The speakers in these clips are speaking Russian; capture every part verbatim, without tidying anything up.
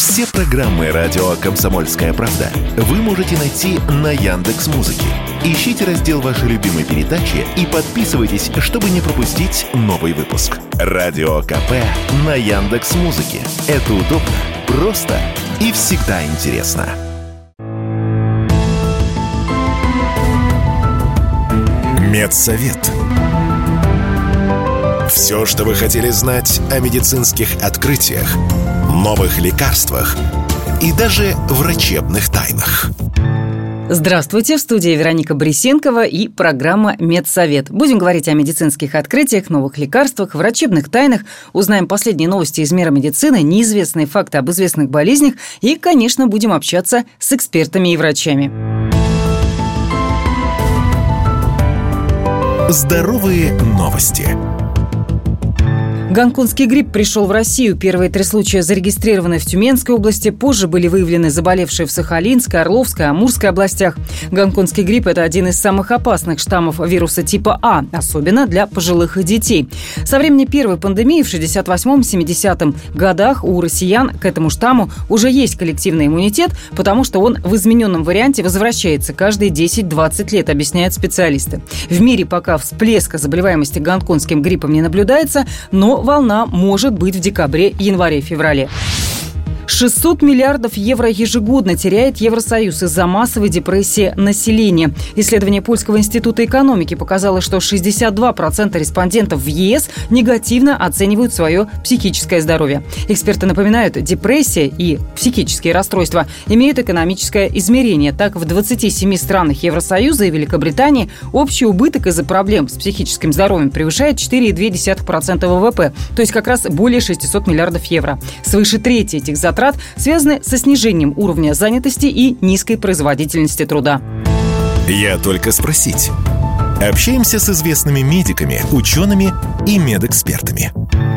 Все программы радио «Комсомольская правда» вы можете найти на Яндекс.Музыке. Ищите раздел вашей любимой передачи и подписывайтесь, чтобы не пропустить новый выпуск. Радио КП на Яндекс.Музыке. Это удобно, просто и всегда интересно. Медсовет. Все, что вы хотели знать о медицинских открытиях, новых лекарствах и даже врачебных тайнах. Здравствуйте, в студии Вероника Борисенкова и программа «Медсовет». Будем говорить о медицинских открытиях, новых лекарствах, врачебных тайнах, узнаем последние новости из мира медицины, неизвестные факты об известных болезнях и, конечно, будем общаться с экспертами и врачами. Здоровые новости. Гонконгский грипп пришел в Россию. Первые три случая зарегистрированы в Тюменской области. Позже были выявлены заболевшие в Сахалинской, Орловской, Амурской областях. Гонконгский грипп – это один из самых опасных штаммов вируса типа А, особенно для пожилых и детей. Со времени первой пандемии в шестьдесят восьмом — семидесятом годах у россиян к этому штамму уже есть коллективный иммунитет, потому что он в измененном варианте возвращается каждые десять-двадцать лет, объясняют специалисты. В мире пока всплеска заболеваемости гонконгским гриппом не наблюдается, но волна может быть в декабре, январе, феврале. шестьсот миллиардов евро ежегодно теряет Евросоюз из-за массовой депрессии населения. Исследование Польского института экономики показало, что шестьдесят два процента респондентов в ЕС негативно оценивают свое психическое здоровье. Эксперты напоминают, депрессия и психические расстройства имеют экономическое измерение. Так, в двадцати семи странах Евросоюза и Великобритании общий убыток из-за проблем с психическим здоровьем превышает четыре целых две десятых процента ВВП, то есть как раз более шестисот миллиардов евро. Свыше трети этих затрат связаны со снижением уровня занятости и низкой производительности труда. Я только спросить. Общаемся с известными медиками, учеными и медэкспертами.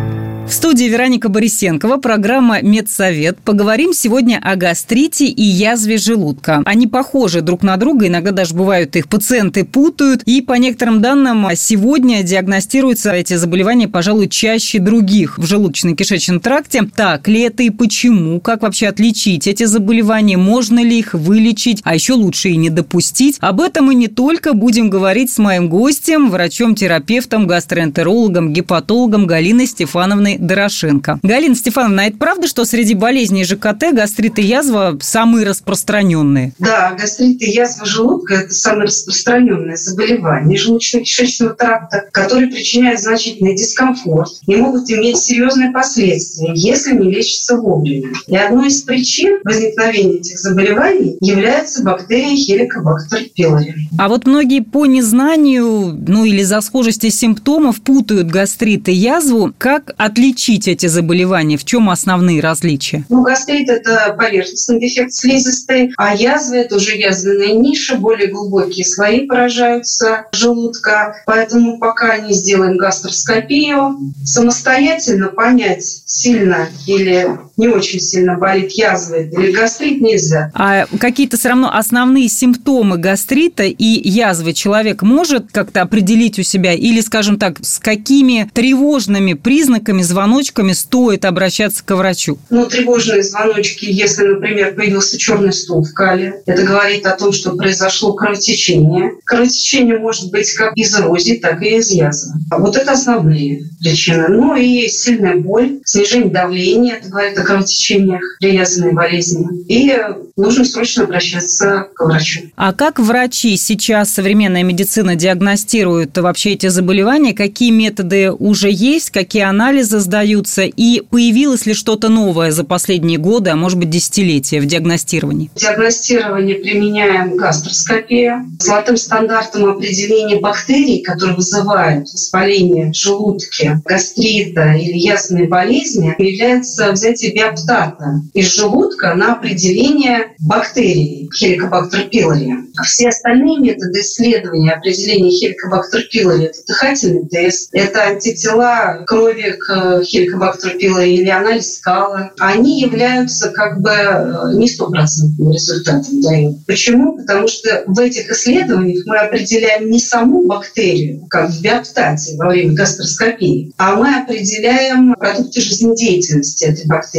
В студии Вероника Борисенкова, программа «Медсовет». Поговорим сегодня о гастрите и язве желудка. Они похожи друг на друга, иногда даже бывают их пациенты путают. И по некоторым данным, сегодня диагностируются эти заболевания, пожалуй, чаще других в желудочно-кишечном тракте. Так ли это и почему? Как вообще отличить эти заболевания? Можно ли их вылечить? А еще лучше и не допустить. Об этом мы не только будем говорить с моим гостем, врачом-терапевтом, гастроэнтерологом, гепатологом Галиной Стефановной Дорошенко. Галина Стефановна, это правда, что среди болезней ЖКТ гастрит и язва самые распространенные? Да, гастрит и язва желудка – это самое распространенное заболевание желудочно-кишечного тракта, которые причиняют значительный дискомфорт и могут иметь серьезные последствия, если не лечатся вовремя. И одной из причин возникновения этих заболеваний является бактерия Helicobacter pylori. А вот многие по незнанию, ну или за схожести симптомов путают гастрит и язву. Как отличить эти заболевания? В чем основные различия? Ну, гастрит – это поверхностный дефект слизистой, а язва – это уже язвенная ниша, более глубокие слои поражаются желудка. Поэтому пока не сделаем гастроскопию, самостоятельно понять, сильно или не очень сильно болит язва или гастрит, нельзя. А какие-то все равно основные симптомы гастрита и язвы человек может как-то определить у себя? Или, скажем так, с какими тревожными признаками, звоночками стоит обращаться к врачу? Ну, тревожные звоночки, если, например, появился черный стул в кале, это говорит о том, что произошло кровотечение. Кровотечение может быть как из эрозии, так и из язвы. Вот это основные причины. Ну и сильная боль, снижение давления, это говорит о кровотечениях при язвенной болезни. И нужно срочно обращаться к врачу. А как врачи сейчас, современная медицина, диагностируют вообще эти заболевания? Какие методы уже есть, какие анализы сдаются? И появилось ли что-то новое за последние годы, а может быть десятилетия в диагностировании? В диагностировании применяем гастроскопию. Золотым стандартом определения бактерий, которые вызывают воспаление в желудке, гастрита или язвенной болезни, является взятие биоптата из желудка на определение бактерий Helicobacter pylori. Все остальные методы исследования определения Helicobacter pylori – это дыхательный тест, это антитела крови к Helicobacter pylori или анализ скала. Они являются как бы не стопроцентным результатом дают. Почему? Потому что в этих исследованиях мы определяем не саму бактерию, как в биоптате во время гастроскопии, а мы определяем продукты жизнедеятельности этой бактерии.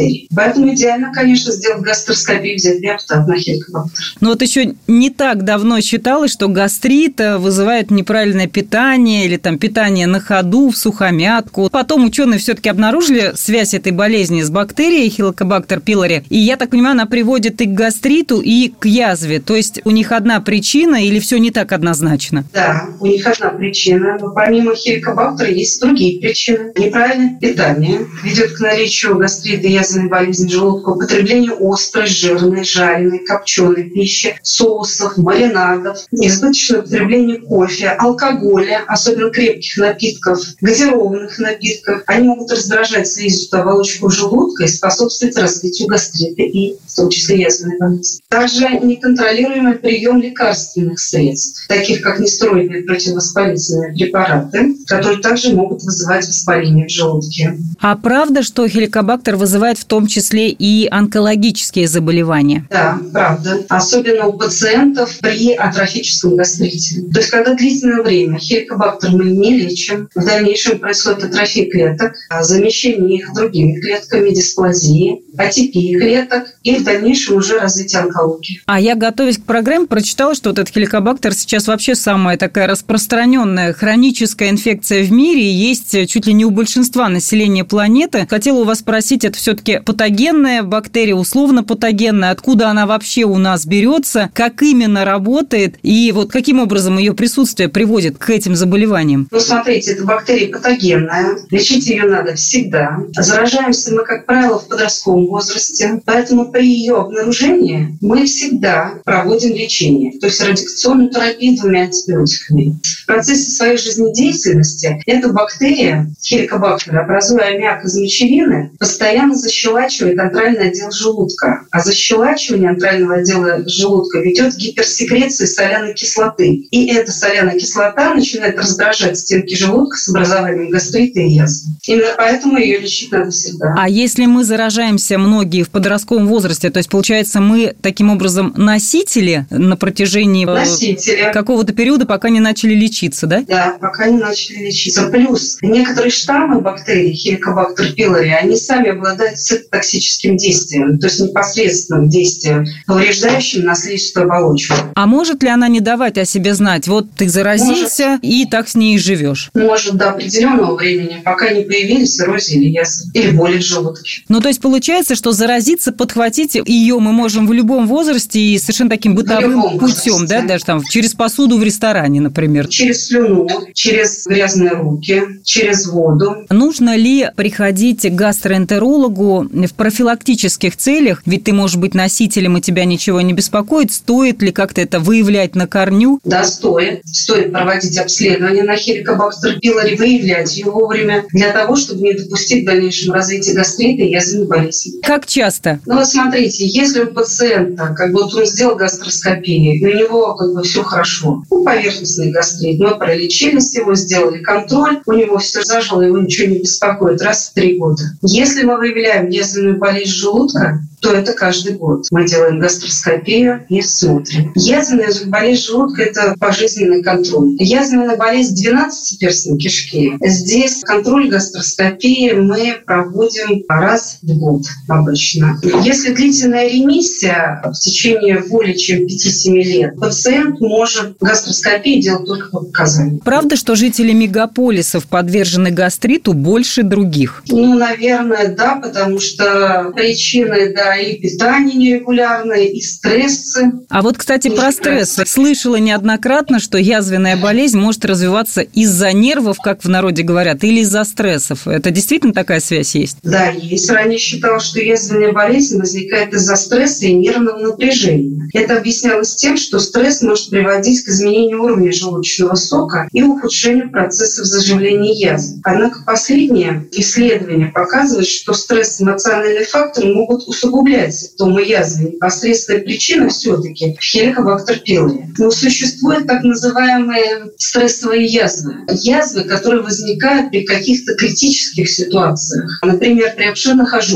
бактерий. Поэтому идеально, конечно, сделать гастроскопию, взять биоптат на хеликобактер. Но вот еще не так давно считалось, что гастрит вызывает неправильное питание или там питание на ходу, в сухомятку. Потом ученые все-таки обнаружили связь этой болезни с бактерией Helicobacter pylori. И, я так понимаю, она приводит и к гастриту, и к язве. То есть у них одна причина или все не так однозначно? Да, у них одна причина. Но помимо хеликобактера есть другие причины. Неправильное питание ведет к наличию гастрита и язвенной болезни желудка, употребление острой, жирной, жареной, копченой пищи, соусов, маринадов, избыточное употребление кофе, алкоголя, особенно крепких напитков, газированных напитков. Они могут раздражать слизистую оболочку желудка и способствовать развитию гастрита и в том числе язвенной болезни. Также неконтролируемый прием лекарственных средств, таких как нестероидные противовоспалительные препараты, которые также могут вызывать воспаление в желудке. А правда, что хеликобактер вызывает в том числе и онкологические заболевания? Да, правда. Особенно у пациентов при атрофическом гастрите. То есть, когда длительное время хеликобактер мы не лечим, в дальнейшем происходит атрофия клеток, замещение их другими клетками, дисплазии, атипии клеток и в дальнейшем уже развитие онкологии. А я, готовясь к программе, прочитала, что вот этот хеликобактер сейчас вообще самая такая распространенная хроническая инфекция в мире, и есть чуть ли не у большинства населения планеты. Хотела у вас спросить, это все-таки патогенная бактерия, условно патогенная, откуда она вообще у нас берется, как именно работает, и вот каким образом ее присутствие приводит к этим заболеваниям? Ну, смотрите, это бактерия патогенная, лечить ее надо всегда. Заражаемся мы, как правило, в подростковом возрасте, поэтому при ее обнаружении мы всегда проводим лечение, то есть радиационную терапию двумя антибиотиками. В процессе своей жизнедеятельности эта бактерия, хеликобактер, образуя аммиак из мочевины, постоянно защелачивает антральный отдел желудка. А защелачивание антрального отдела желудка ведет к гиперсекреции соляной кислоты. И эта соляная кислота начинает раздражать стенки желудка с образованием гастрита и язвы. Именно поэтому ее лечить надо всегда. А если мы заражаемся, многие в подростковом возрасте, то есть, получается, мы таким образом носители на протяжении носители. какого-то периода, пока не начали лечиться, да? Да, пока не начали лечиться. Плюс некоторые штаммы бактерий Helicobacter pylori, они сами обладают цитотоксическим действием, то есть непосредственным действием, повреждающим на слизистую оболочку. А может ли она не давать о себе знать? Вот ты заразился, может. И так с ней и живешь. Может, до определенного времени, пока не появились эрозии или язвы, или боли в желудке. Ну, то есть получается, что заразиться, подхватить ее мы можем в любом возрасте и совершенно таким бытовым путем, да, даже там через посуду в ресторане, например. Через слюну, через грязные руки, через воду. Нужно ли приходить к гастроэнтерологу в профилактических целях? Ведь ты можешь быть носителем, и тебя ничего не беспокоит. Стоит ли как-то это выявлять на корню? Да, стоит. Стоит проводить обследование на Helicobacter pylori, выявлять ее вовремя для того, чтобы не допустить в дальнейшем развития гастрита и язвенной болезни. Как часто? Ну вот смотрите, если у пациента, как бы вот он сделал гастроскопию, у него как бы все хорошо, ну, поверхностный гастрит, мы пролечились его, сделали контроль, у него все зажило, его ничего не беспокоит, раз в три года. Если мы выявляем язвенную болезнь желудка, то это каждый год. Мы делаем гастроскопию и смотрим. Язвенная болезнь желудка – это пожизненный контроль. Язвенная болезнь двенадцатиперстной кишки. Здесь контроль гастроскопии мы проводим раз в год обычно. Если длительная ремиссия в течение более чем пяти-семи лет, пациент может гастроскопию делать только по показаниям. Правда, что жители мегаполисов подвержены гастриту больше других? Ну, наверное, да, потому что причины, да, и питание нерегулярное, и стрессы. А вот, кстати, и про стресс. Слышала неоднократно, что язвенная болезнь может развиваться из-за нервов, как в народе говорят, или из-за стрессов. Это действительно такая связь есть? Да, есть. Ранее считалось, что язвенная болезнь возникает из-за стресса и нервного напряжения. Это объяснялось тем, что стресс может приводить к изменению уровня желудочного сока и ухудшению процессов заживления язв. Однако последнее исследование показывает, что стресс и эмоциональные факторы могут усугублять симптомы язвы. Непосредственная причина все-таки в Helicobacter pylori. Но существуют так называемые стрессовые язвы. Язвы, которые возникают при каких-то критических ситуациях. Например, при обширных ожогах,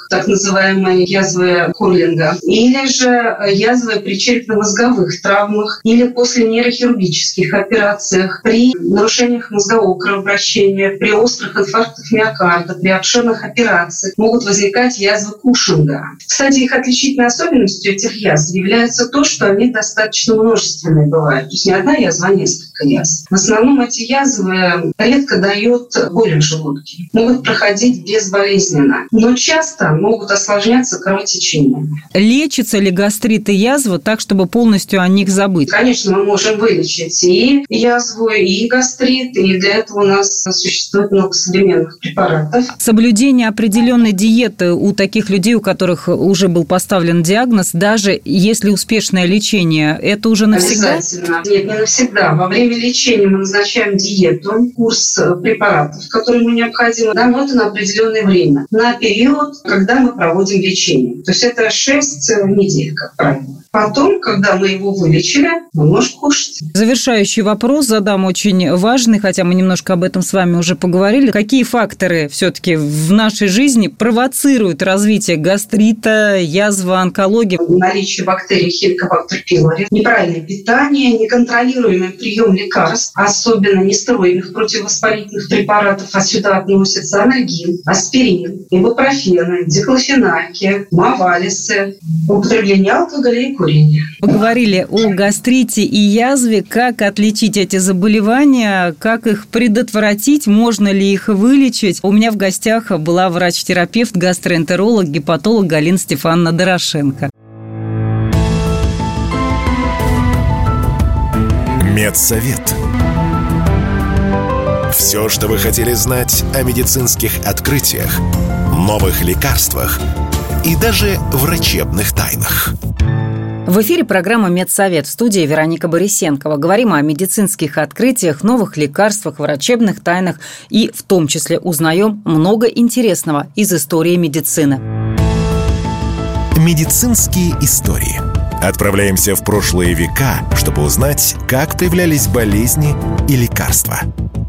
так называемые язвы Курлинга, или же язвы при черепно-мозговых травмах, или после нейрохирургических операциях, при нарушениях мозгового кровообращения, при острых инфарктах миокарда, при обширных операциях могут возникать язвы Кушинга. Кстати, их отличительной особенностью этих язв является то, что они достаточно множественные бывают. То есть не одна язва, а несколько язв. В основном эти язвы редко дают боли в желудке, могут проходить безболезненно, но часто могут осложняться кровотечением. Лечится ли гастрит и язва так, чтобы полностью о них забыть? Конечно, мы можем вылечить и язву, и гастрит, и для этого у нас существует много современных препаратов. Соблюдение определенной диеты у таких людей, у которых уже был поставлен диагноз, даже если успешное лечение, это уже навсегда? Обязательно. Нет, не навсегда. Во время лечения мы назначаем диету, курс препаратов, которые ему необходимы, да, но это на определенное время, на период, когда мы проводим лечение. То есть это шесть недель, как правило. Потом, когда мы его вылечили, он может кушать. Завершающий вопрос задам, очень важный, хотя мы немножко об этом с вами уже поговорили. Какие факторы все-таки в нашей жизни провоцируют развитие гастрита, язвы, онкологии? Наличие бактерий Helicobacter pylori, неправильное питание, неконтролируемый прием лекарств, особенно нестероидных противовоспалительных препаратов, а сюда относятся анальгин, аспирин, ибупрофены, диклофенаки, мавалисы, употребление алкоголя и курение. Поговорили о гастрите и язве, как отличить эти заболевания, как их предотвратить, можно ли их вылечить. У меня в гостях была врач-терапевт, гастроэнтеролог, гепатолог Галина Стефановна Дорошенко. Медсовет. Все, что вы хотели знать о медицинских открытиях, новых лекарствах и даже врачебных тайнах. В эфире программа «Медсовет», в студии Вероника Борисенкова. Говорим о медицинских открытиях, новых лекарствах, врачебных тайнах и в том числе узнаем много интересного из истории медицины. Медицинские истории. Отправляемся в прошлые века, чтобы узнать, как появлялись болезни и лекарства.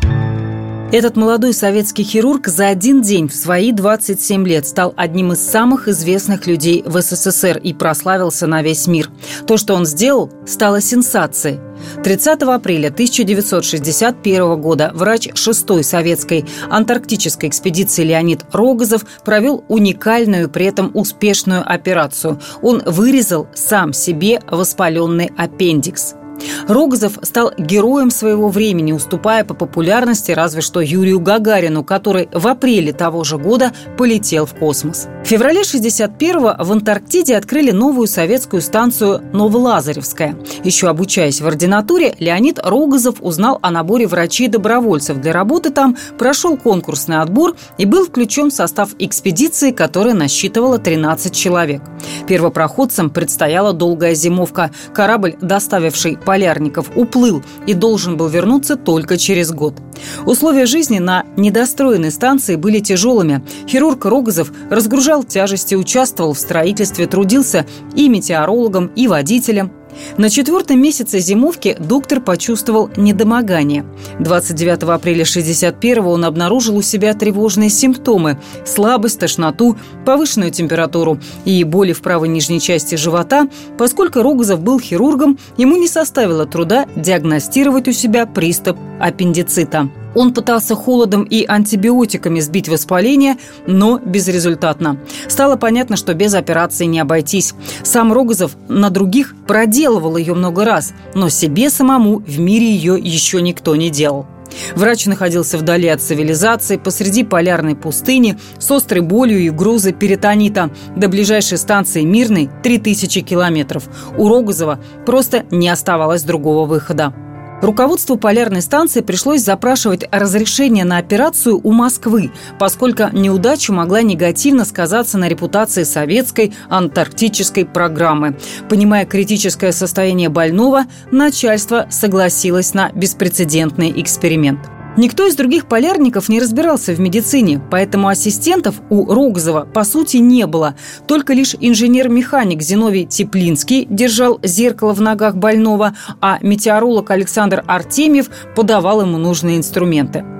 Этот молодой советский хирург за один день в свои двадцать семь лет стал одним из самых известных людей в СССР и прославился на весь мир. То, что он сделал, стало сенсацией. тридцатого апреля тысяча девятьсот шестьдесят первого года врач шестой советской антарктической экспедиции Леонид Рогозов провел уникальную, при этом успешную операцию. Он вырезал сам себе воспаленный аппендикс. Рогозов стал героем своего времени, уступая по популярности разве что Юрию Гагарину, который в апреле того же года полетел в космос. В феврале шестьдесят первого в Антарктиде открыли новую советскую станцию Новолазаревская. Еще обучаясь в ординатуре, Леонид Рогозов узнал о наборе врачей-добровольцев для работы там, прошел конкурсный отбор и был включен в состав экспедиции, которая насчитывала тринадцать человек. Первопроходцам предстояла долгая зимовка. Корабль, доставивший полярников, уплыл и должен был вернуться только через год. Условия жизни на недостроенной станции были тяжелыми. Хирург Рогозов разгружал тяжести, участвовал в строительстве, трудился и метеорологом, и водителем. На четвертом месяце зимовки доктор почувствовал недомогание. двадцать девятого апреля шестьдесят первого он обнаружил у себя тревожные симптомы – слабость, тошноту, повышенную температуру и боли в правой нижней части живота. Поскольку Рогозов был хирургом, ему не составило труда диагностировать у себя приступ аппендицита. Он пытался холодом и антибиотиками сбить воспаление, но безрезультатно. Стало понятно, что без операции не обойтись. Сам Рогозов на других проделывал ее много раз, но себе самому в мире ее еще никто не делал. Врач находился вдали от цивилизации, посреди полярной пустыни, с острой болью и угрозой перитонита. До ближайшей станции Мирной три тысячи километров. У Рогозова просто не оставалось другого выхода. Руководству полярной станции пришлось запрашивать разрешение на операцию у Москвы, поскольку неудача могла негативно сказаться на репутации советской антарктической программы. Понимая критическое состояние больного, начальство согласилось на беспрецедентный эксперимент. Никто из других полярников не разбирался в медицине, поэтому ассистентов у Рогозова по сути не было. Только лишь инженер-механик Зиновий Теплинский держал зеркало в ногах больного, а метеоролог Александр Артемьев подавал ему нужные инструменты.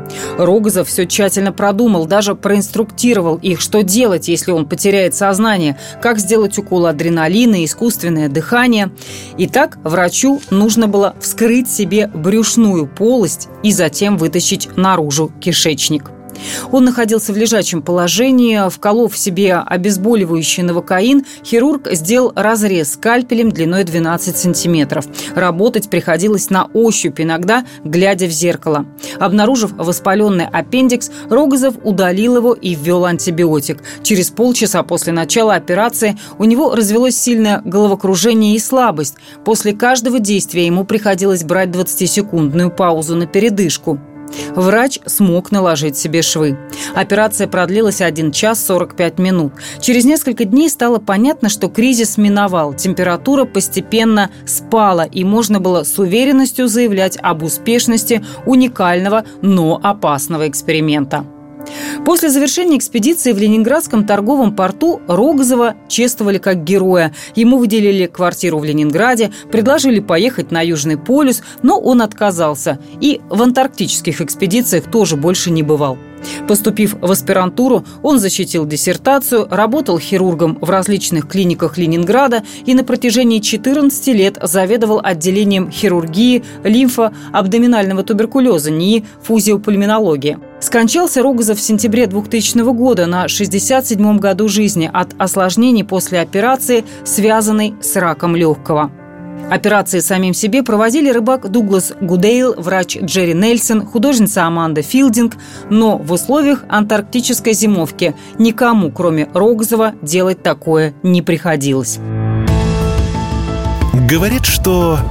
Рогозов все тщательно продумал, даже проинструктировал их, что делать, если он потеряет сознание, как сделать укол адреналина, искусственное дыхание. Итак, врачу нужно было вскрыть себе брюшную полость и затем вытащить наружу кишечник. Он находился в лежачем положении. Вколов себе обезболивающий новокаин, хирург сделал разрез скальпелем длиной двенадцать сантиметров. Работать приходилось на ощупь, иногда глядя в зеркало. Обнаружив воспаленный аппендикс, Рогозов удалил его и ввел антибиотик. Через полчаса после начала операции у него развелось сильное головокружение и слабость. После каждого действия ему приходилось брать двадцатисекундную паузу на передышку. Врач смог наложить себе швы. Операция продлилась один час сорок пять минут. Через несколько дней стало понятно, что кризис миновал. Температура постепенно спала, и можно было с уверенностью заявлять об успешности уникального, но опасного эксперимента. После завершения экспедиции в Ленинградском торговом порту Рогозова чествовали как героя. Ему выделили квартиру в Ленинграде, предложили поехать на Южный полюс, но он отказался и в антарктических экспедициях тоже больше не бывал. Поступив в аспирантуру, он защитил диссертацию, работал хирургом в различных клиниках Ленинграда и на протяжении четырнадцати лет заведовал отделением хирургии, лимфоабдоминального туберкулеза НИИ фузиопульмонологии. Скончался Рогозов в сентябре двухтысячного года на шестьдесят седьмом году жизни от осложнений после операции, связанной с раком легкого. Операции самим себе проводили рыбак Дуглас Гудейл, врач Джерри Нельсон, художница Аманда Филдинг, но в условиях антарктической зимовки никому, кроме Рогозова, делать такое не приходилось. Говорят, что...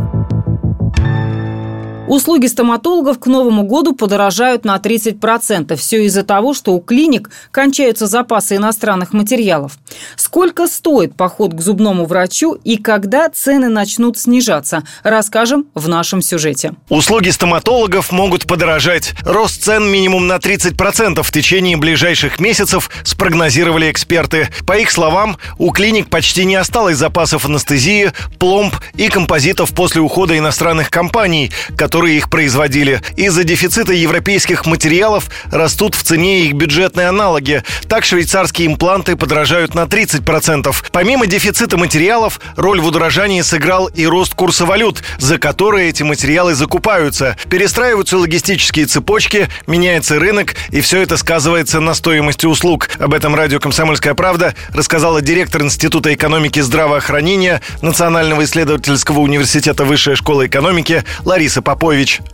Услуги стоматологов к Новому году подорожают на тридцать процентов. Все из-за того, что у клиник кончаются запасы иностранных материалов. Сколько стоит поход к зубному врачу и когда цены начнут снижаться, расскажем в нашем сюжете. Услуги стоматологов могут подорожать. Рост цен минимум на тридцать процентов в течение ближайших месяцев спрогнозировали эксперты. По их словам, у клиник почти не осталось запасов анестезии, пломб и композитов после ухода иностранных компаний, которые которые их производили. Из-за дефицита европейских материалов растут в цене их бюджетные аналоги. Так швейцарские импланты подорожают на тридцать процентов. Помимо дефицита материалов, роль в удорожании сыграл и рост курса валют, за которые эти материалы закупаются. Перестраиваются логистические цепочки, меняется рынок, и все это сказывается на стоимости услуг. Об этом радио «Комсомольская правда» рассказала директор Института экономики и здравоохранения Национального исследовательского университета Высшей школы экономики Лариса Попович.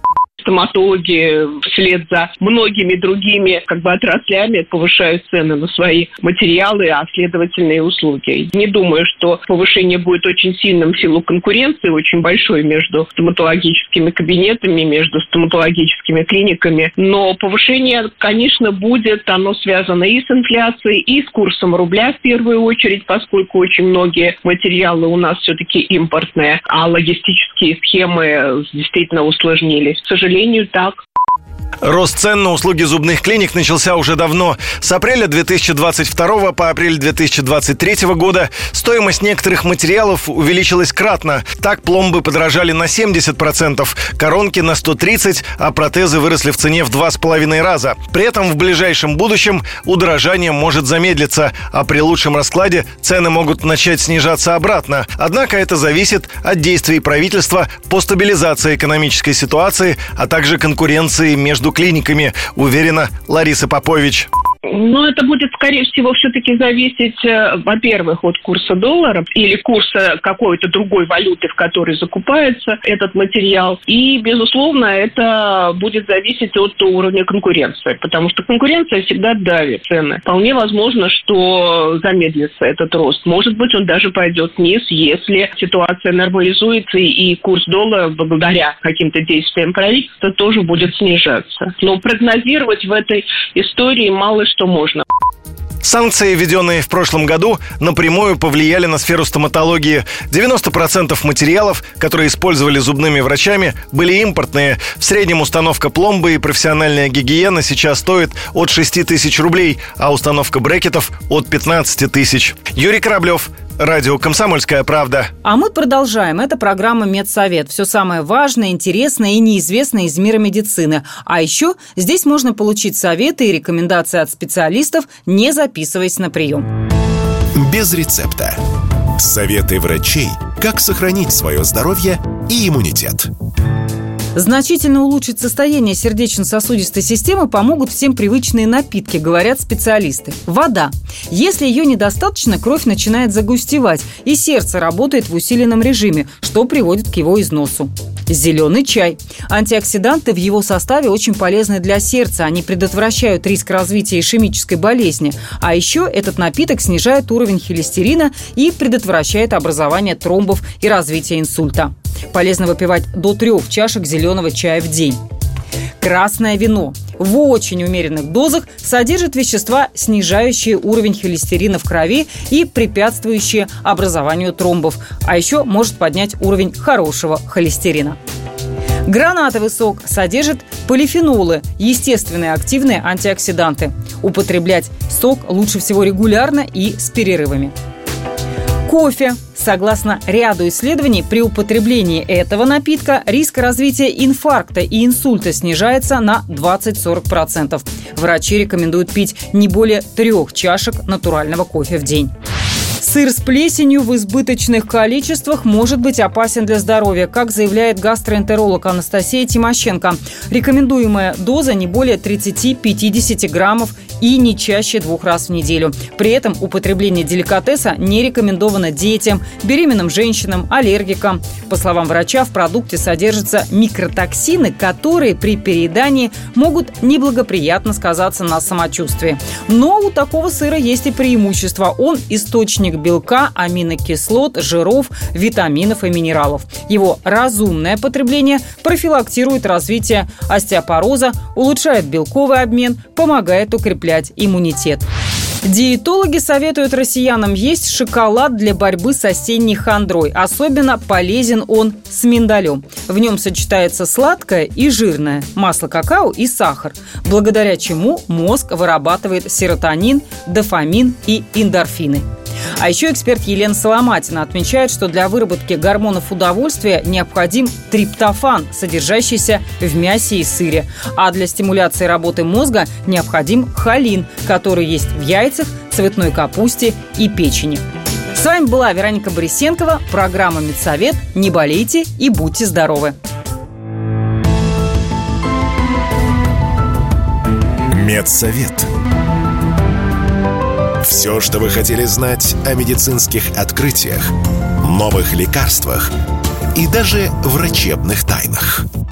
Стоматологи вслед за многими другими как бы отраслями повышают цены на свои материалы, а следовательно и услуги. Не думаю, что повышение будет очень сильным в силу конкуренции, очень большой между стоматологическими кабинетами, между стоматологическими клиниками. Но повышение, конечно, будет. Оно связано и с инфляцией, и с курсом рубля в первую очередь, поскольку очень многие материалы у нас все-таки импортные, а логистические схемы действительно усложнились. К сожалению, так. Рост цен на услуги зубных клиник начался уже давно. С апреля две тысячи двадцать второго по апрель две тысячи двадцать третьего года стоимость некоторых материалов увеличилась кратно. Так пломбы подорожали на семьдесят процентов, коронки на сто тридцать процентов, а протезы выросли в цене в два с половиной раза. При этом в ближайшем будущем удорожание может замедлиться, а при лучшем раскладе цены могут начать снижаться обратно. Однако это зависит от действий правительства по стабилизации экономической ситуации, а также конкуренции между клиниками, уверена Лариса Попович. Но это будет, скорее всего, все-таки зависеть, во-первых, от курса доллара или курса какой-то другой валюты, в которой закупается этот материал. И, безусловно, это будет зависеть от уровня конкуренции, потому что конкуренция всегда давит цены. Вполне возможно, что замедлится этот рост. Может быть, он даже пойдет вниз, если ситуация нормализуется и курс доллара, благодаря каким-то действиям правительства, тоже будет снижаться. Но прогнозировать в этой истории мало что можно. Санкции, введенные в прошлом году, напрямую повлияли на сферу стоматологии. девяносто процентов материалов, которые использовали зубными врачами, были импортные. В среднем установка пломбы и профессиональная гигиена сейчас стоит от шести тысяч рублей, а установка брекетов от пятнадцати тысяч. Юрий Кораблев, Радио «Комсомольская правда». А мы продолжаем. Это программа «Медсовет». Все самое важное, интересное и неизвестное из мира медицины. А еще здесь можно получить советы и рекомендации от специалистов, не записываясь на прием. Без рецепта. Советы врачей, как сохранить свое здоровье и иммунитет. Значительно улучшить состояние сердечно-сосудистой системы помогут всем привычные напитки, говорят специалисты. Вода. Если ее недостаточно, кровь начинает загустевать, и сердце работает в усиленном режиме, что приводит к его износу. Зеленый чай. Антиоксиданты в его составе очень полезны для сердца. Они предотвращают риск развития ишемической болезни. А еще этот напиток снижает уровень холестерина и предотвращает образование тромбов и развитие инсульта. Полезно выпивать до трех чашек зеленого чая в день. Красное вино в очень умеренных дозах содержит вещества, снижающие уровень холестерина в крови и препятствующие образованию тромбов, а еще может поднять уровень хорошего холестерина. Гранатовый сок содержит полифенолы, естественные активные антиоксиданты. Употреблять сок лучше всего регулярно и с перерывами. Кофе. Согласно ряду исследований, при употреблении этого напитка риск развития инфаркта и инсульта снижается на двадцать-сорок процентов. Врачи рекомендуют пить не более трех чашек натурального кофе в день. Сыр с плесенью в избыточных количествах может быть опасен для здоровья, как заявляет гастроэнтеролог Анастасия Тимощенко. Рекомендуемая доза не более тридцать-пятьдесят граммов и не чаще двух раз в неделю. При этом употребление деликатеса не рекомендовано детям, беременным женщинам, аллергикам. По словам врача, в продукте содержатся микротоксины, которые при переедании могут неблагоприятно сказаться на самочувствии. Но у такого сыра есть и преимущество. Он источник белка, аминокислот, жиров, витаминов и минералов. Его разумное потребление профилактирует развитие остеопороза, улучшает белковый обмен, помогает укреплять иммунитет. Диетологи советуют россиянам есть шоколад для борьбы с осенней хандрой. Особенно полезен он с миндалем. В нем сочетается сладкое и жирное, масло какао и сахар, благодаря чему мозг вырабатывает серотонин, дофамин и эндорфины. А еще эксперт Елена Соломатина отмечает, что для выработки гормонов удовольствия необходим триптофан, содержащийся в мясе и сыре. А для стимуляции работы мозга необходим холин, который есть в яйцах, цветной капусте и печени. С вами была Вероника Борисенкова, программа «Медсовет». Не болейте и будьте здоровы! Медсовет. Все, что вы хотели знать о медицинских открытиях, новых лекарствах и даже врачебных тайнах.